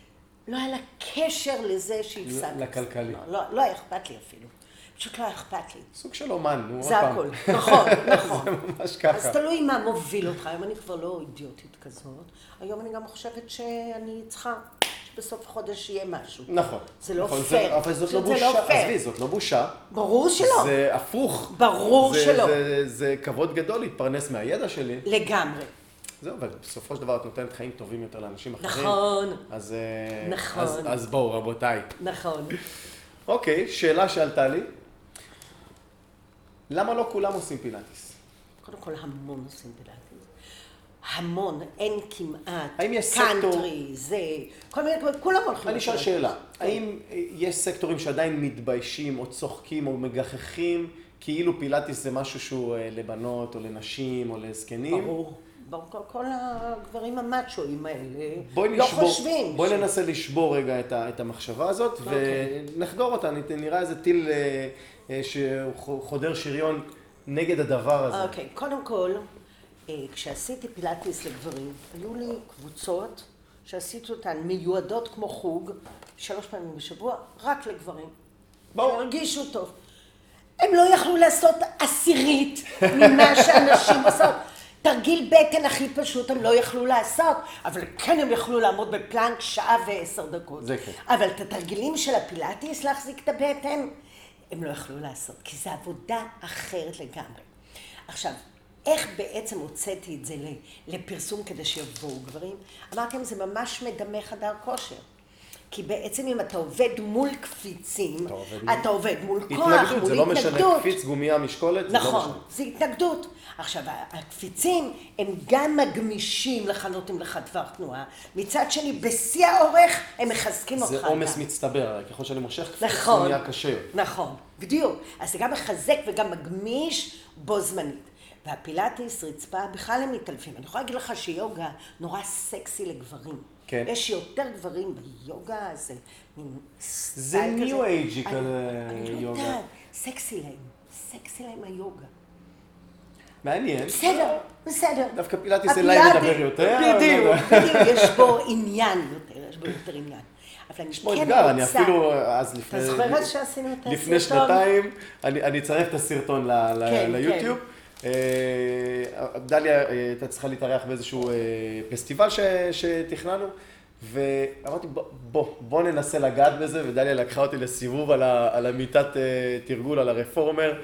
לא היה לה קשר לזה שהפסקתי. לכלכלי. לא, לא, לא היה אכפת לי אפילו. פשוט לא היה אכפת לי. סוג של אומן, נו, עוד זה פעם. הכל. נכון, נכון. זה ממש ככה. אז תלוי מה מוביל אותך. היום אני כבר לא אידיוטית כזאת. היום אני גם חושבת שאני צריכה שבסוף החודש יהיה משהו. נכון. זה לא נכון, פייר. אבל זאת לא פשוט זה בושה, לא פייר. עזבי, זאת לא בושה. ברור שלא. זה הפוך. ברור זה- שלא. זה- זה כבוד גדול להתפרנס מהידע שלי. לגמרי. זהו, אבל בסופו של דבר את נותנת חיים טובים יותר לאנשים אחרים. נכון. אז, אה, נכון. אז, אז בואו, רבותיי. נכון. אוקיי, שאלה שעלתה לי. למה לא כולם עושים פילאטיס? קודם כל, המון עושים פילאטיס. המון, אין כמעט. האם יש סקטור- קאנטרי, זה, כל מיני, כולם הולכים. אני אשאל לפילאטיס. שאלה. כן. האם אה, יש סקטורים שעדיין מתביישים או צוחקים או מגחכים כאילו פילאטיס זה משהו שהוא אה, לבנות או לנשים או לזקנים? ברור. ברור, כל- כל הגברים המאצ'ואים האלה בואי לא נשבור, חושבים. בואי ש- ננסה לשבור רגע את, ה, את המחשבה הזאת אוקיי. ונחדור אותה, נת- נראה איזה טיל אה, אה, שהוא חודר שריון נגד הדבר הזה. אוקיי, קודם כל, אה, כשעשיתי פילאטיס לגברים, היו לי קבוצות שעשיתי אותן מיועדות כמו חוג, שלוש פעמים בשבוע, רק לגברים. ברור. שהרגישו טוב. הם לא יכלו לעשות עשירית ממה שאנשים עושות. תרגיל בטן הכי פשוט הם לא יכלו לעשות, אבל כן הם יכלו לעמוד בפלנק שעה ועשר דקות. זה כן. אבל את התרגילים של הפילאטיס להחזיק את הבטן, הם לא יכלו לעשות, כי זו עבודה אחרת לגמרי. עכשיו, איך בעצם הוצאתי את זה לפרסום כדי שיבואו גברים? אמרתם, זה ממש מדמה חדר כושר. כי בעצם אם אתה עובד מול קפיצים, אתה עובד אתה עובד מול כוח, התנגדות, מול זה לא משנה, התנגדות. קפיץ, גומייה, משקולת, זה לא נכון, משנה. זה התנגדות. עכשיו, הקפיצים הם גם מגמישים לחנותים לך טווח תנועה, מצד שני, בשיא האורך הם מחזקים אותך. זה עומס גם. מצטבר, ככל שאני מושך קפיץ, נכון, הוא נהיה קשה. נכון, בדיוק. אז זה גם מחזק וגם מגמיש בו זמנית. והפילאטיס, רצפה, בכלל הם מתעלפים. אני יכולה להגיד לך שיוגה נורא סקסי לגברים. כן. יש יותר גברים ביוגה, זה מין זה סטייל כזה. ניו אייג'י אני- כזה אני לא יוגה. יודעת, סקסי להם, סקסי להם היוגה. מעניין. בסדר, בסדר. דווקא פילאטיס אליי הפילאטיס- מדבר יותר. בדיוק, אבל- בדיוק, יש בו עניין יותר, יש בו יותר עניין. אבל אני יש פה כן אתגר, אני רוצה- אפילו אז לפני... אתה זוכר אז שעשינו את הסרטון? לפני שנתיים, אני אני אצרף את הסרטון ל- ל- כן, ליוטיוב. אה, דליה אה, הייתה צריכה להתארח באיזשהו אה, פסטיבל ש- שתכננו, ואמרתי בוא, בוא, בוא ננסה לגעת בזה, ודליה לקחה אותי לסיבוב על ה- על המיטת אה, תרגול, על הרפורמר,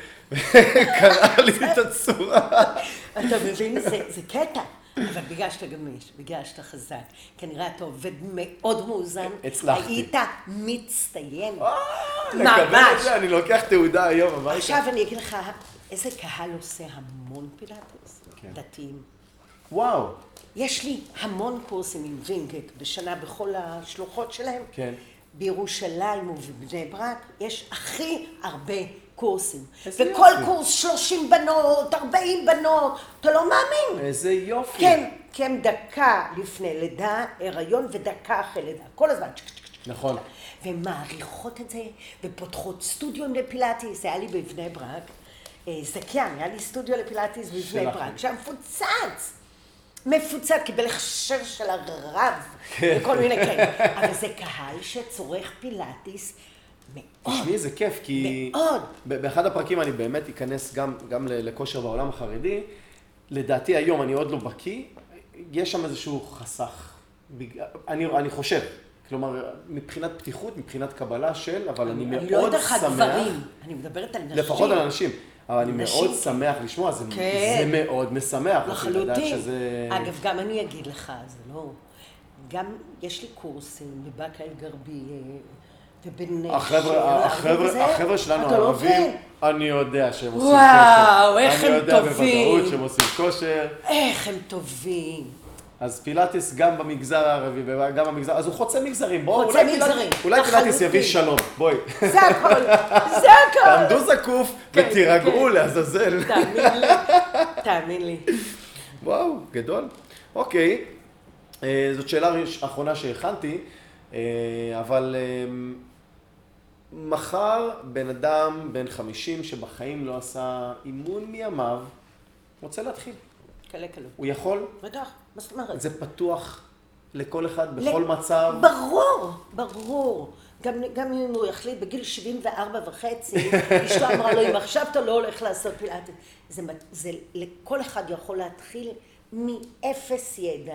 וקראה לי את הצורה. אתה מבין, זה, זה קטע, אבל בגלל שאתה גמיש, בגלל שאתה חזק, כנראה אתה עובד מאוד מאוזן, הצלחתי. היית מצטיין, לקבל ממש. את זה, אני לוקח תעודה היום הביתה. עכשיו אני אגיד לך, איזה קהל עושה המון פילאטיס, כן. דתיים. וואו, יש לי המון קורסים עם וינגייט בשנה בכל השלוחות שלהם. כן. בירושלים ובבני ברק יש הכי הרבה קורסים. איזה וכל יופי. קורס שלושים בנות, ארבעים בנות, אתה לא מאמין. איזה יופי. כן, כי הם דקה לפני לידה, הריון ודקה אחרי לידה, כל הזמן. צ'ק, צ'ק, צ'ק. נכון. והן מעריכות את זה, ופותחות סטודיו לפילאטיס, היה לי בבני ברק, אה, זכיין, היה לי סטודיו לפילאטיס בבני שלכם. ברק, שהיה מפוצץ, מפוצץ, קיבל הכשר של הרב, כן. וכל מיני כאלה, אבל זה קהל שצורך פילאטיס מאוד, תשמעי, זה כיף, כי... מאוד. ב- באחד הפרקים אני באמת אכנס גם, גם ל- לכושר בעולם החרדי. לדעתי היום אני עוד לא בקיא, יש שם איזשהו חסך. בג- אני, אני חושב, כלומר, מבחינת פתיחות, מבחינת קבלה של, אבל אני, אני מאוד לא יודעת לך שמח, גברים, אני מדברת על נשים. לפחות על אנשים, אבל אני נשים. מאוד שמח לשמוע, זה, כן. זה מאוד משמח. אותי לדעת לחלוטין. שזה... אגב, גם אני אגיד לך, זה לא... גם יש לי קורסים בבאקה אל-גרבייה ובן... החבר'ה, החבר'ה, החבר'ה שלנו אתה לא הערבים, מבין? אני יודע שהם עושים וואו, כושר. איך הם אני יודע טובים. בוודאות שהם עושים כושר. איך הם טובים. אז פילאטיס גם במגזר הערבי וגם במגזר, אז הוא חוצה מגזרים. בואו, חוצה אולי פילאטיס- מגזרים, אולי פילאטיס לחלוטין. יביא שלום, בואי. זה הכל, זה הכל. תעמדו זקוף כן, ותירגעו כן. לעזאזל. תאמין לי, תאמין לי. וואו, גדול. אוקיי, אה, זאת שאלה ראש- אחרונה שהכנתי, אה, אבל אה, מחר בן אדם בן חמישים שבחיים לא עשה אימון מימיו, רוצה להתחיל. קלה קלות. הוא יכול? בטח, מה זאת אומרת? זה פתוח לכל אחד, בכל מצב. ברור, ברור. גם, גם אם הוא יחליט בגיל שבעים וארבע וחצי, אשתו אמרה לו, אם עכשיו אתה לא הולך לעשות פילאטיס. זה, זה, לכל אחד יכול להתחיל מאפס ידע,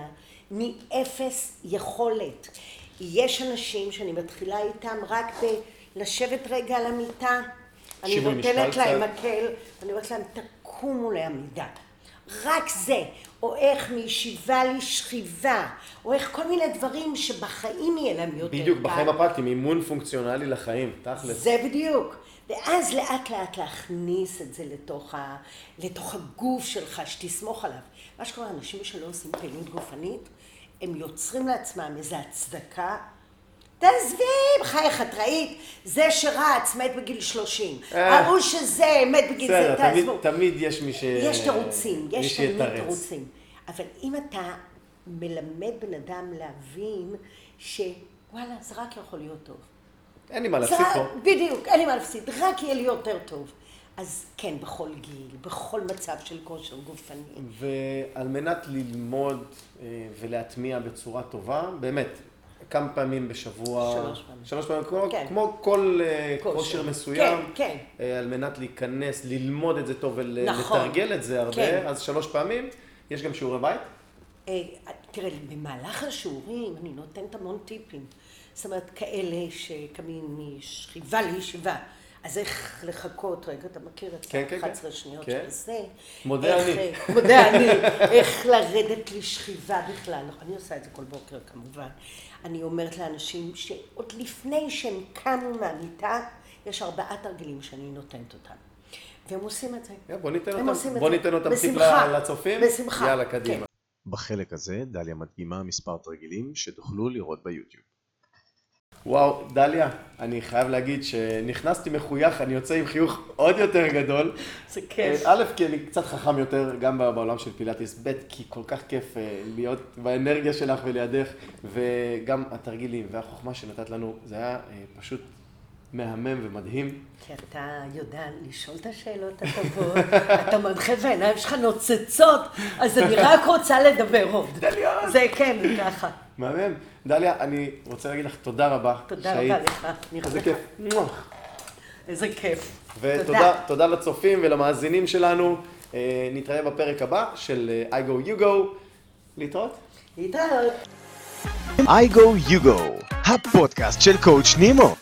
מאפס יכולת. יש אנשים שאני מתחילה איתם רק בלשבת רגע על המיטה, אני שיווי נותנת משקל להם קצת. מקל, ואני אומרת להם, תקומו לעמידה. רק זה, או איך מישיבה לשכיבה, או איך כל מיני דברים שבחיים יהיה להם יותר בדיוק, קל. בחיים הפרקטיים, אימון פונקציונלי לחיים, תכלס. זה בדיוק. ואז לאט לאט להכניס את זה לתוך, ה... לתוך הגוף שלך, שתסמוך עליו. מה שקורה, אנשים שלא עושים פעילות גופנית, הם יוצרים לעצמם איזו הצדקה. תעזבי, בחייך, את ראית, זה שרץ מת בגיל שלושים, אה. ההוא שזה מת בגיל זה, בסדר, תמיד- תעזבו. תמיד יש מי ש... יש תירוצים, מי יש תמיד שיתרץ. תירוצים. אבל אם אתה מלמד בן אדם להבין שוואלה, זה רק יכול להיות טוב. אין לי מה זה להפסיד רק- פה. בדיוק, אין לי מה להפסיד, רק יהיה לי יותר טוב. אז כן, בכל גיל, בכל מצב של כושר גופני. ועל מנת ללמוד אה, ולהטמיע בצורה טובה, באמת, כמה פעמים בשבוע, שלוש פעמים. שלוש פעמים, כמו, כן. כמו כל אה, כושר. כושר מסוים, כן, כן. אה, על מנת להיכנס, ללמוד את זה טוב נכון. ולתרגל את זה הרבה, כן. אז שלוש פעמים, יש גם שיעורי בית? אה, תראה, במהלך השיעורים אני נותנת המון טיפים. זאת אומרת, כאלה שקמים משכיבה לישיבה. אז איך לחכות, רגע, אתה מכיר את כן, כן, אחת עשרה כן. שניות כן. של זה? מודה איך, אני. אה, מודה אני. איך לרדת לשכיבה בכלל. אני עושה את זה כל בוקר כמובן. אני אומרת לאנשים שעוד לפני שהם קמו מהמיטה, יש ארבעה תרגילים שאני נותנת אותם. והם עושים את זה. יאללה, בוא ניתן הם אותם, עושים את בוא זה. ניתן אותם טיפ בשמחה. לצופים. בשמחה. יאללה, כן. קדימה. בחלק הזה דליה מדגימה מספר תרגילים שתוכלו לראות ביוטיוב. וואו, דליה, אני חייב להגיד שנכנסתי מחוייך, אני יוצא עם חיוך עוד יותר גדול. זה כיף. א', כי אני קצת חכם יותר, גם בעולם של פילאטיס, ב', כי כל כך כיף להיות באנרגיה שלך ולידך, וגם התרגילים והחוכמה שנתת לנו, זה היה פשוט מהמם ומדהים. כי אתה יודע לשאול את השאלות הטובות, אתה מנחה והעיניים שלך נוצצות, אז אני רק רוצה לדבר עוד. דליה! זה כן, ככה. מהמם. דליה, אני רוצה להגיד לך תודה רבה. תודה רבה לך. איזה כיף. איזה כיף. ותודה תודה לצופים ולמאזינים שלנו. נתראה בפרק הבא של I Go You Go. להתראות. להתראות. I Go You Go, הפודקאסט של קואוצ' נימו.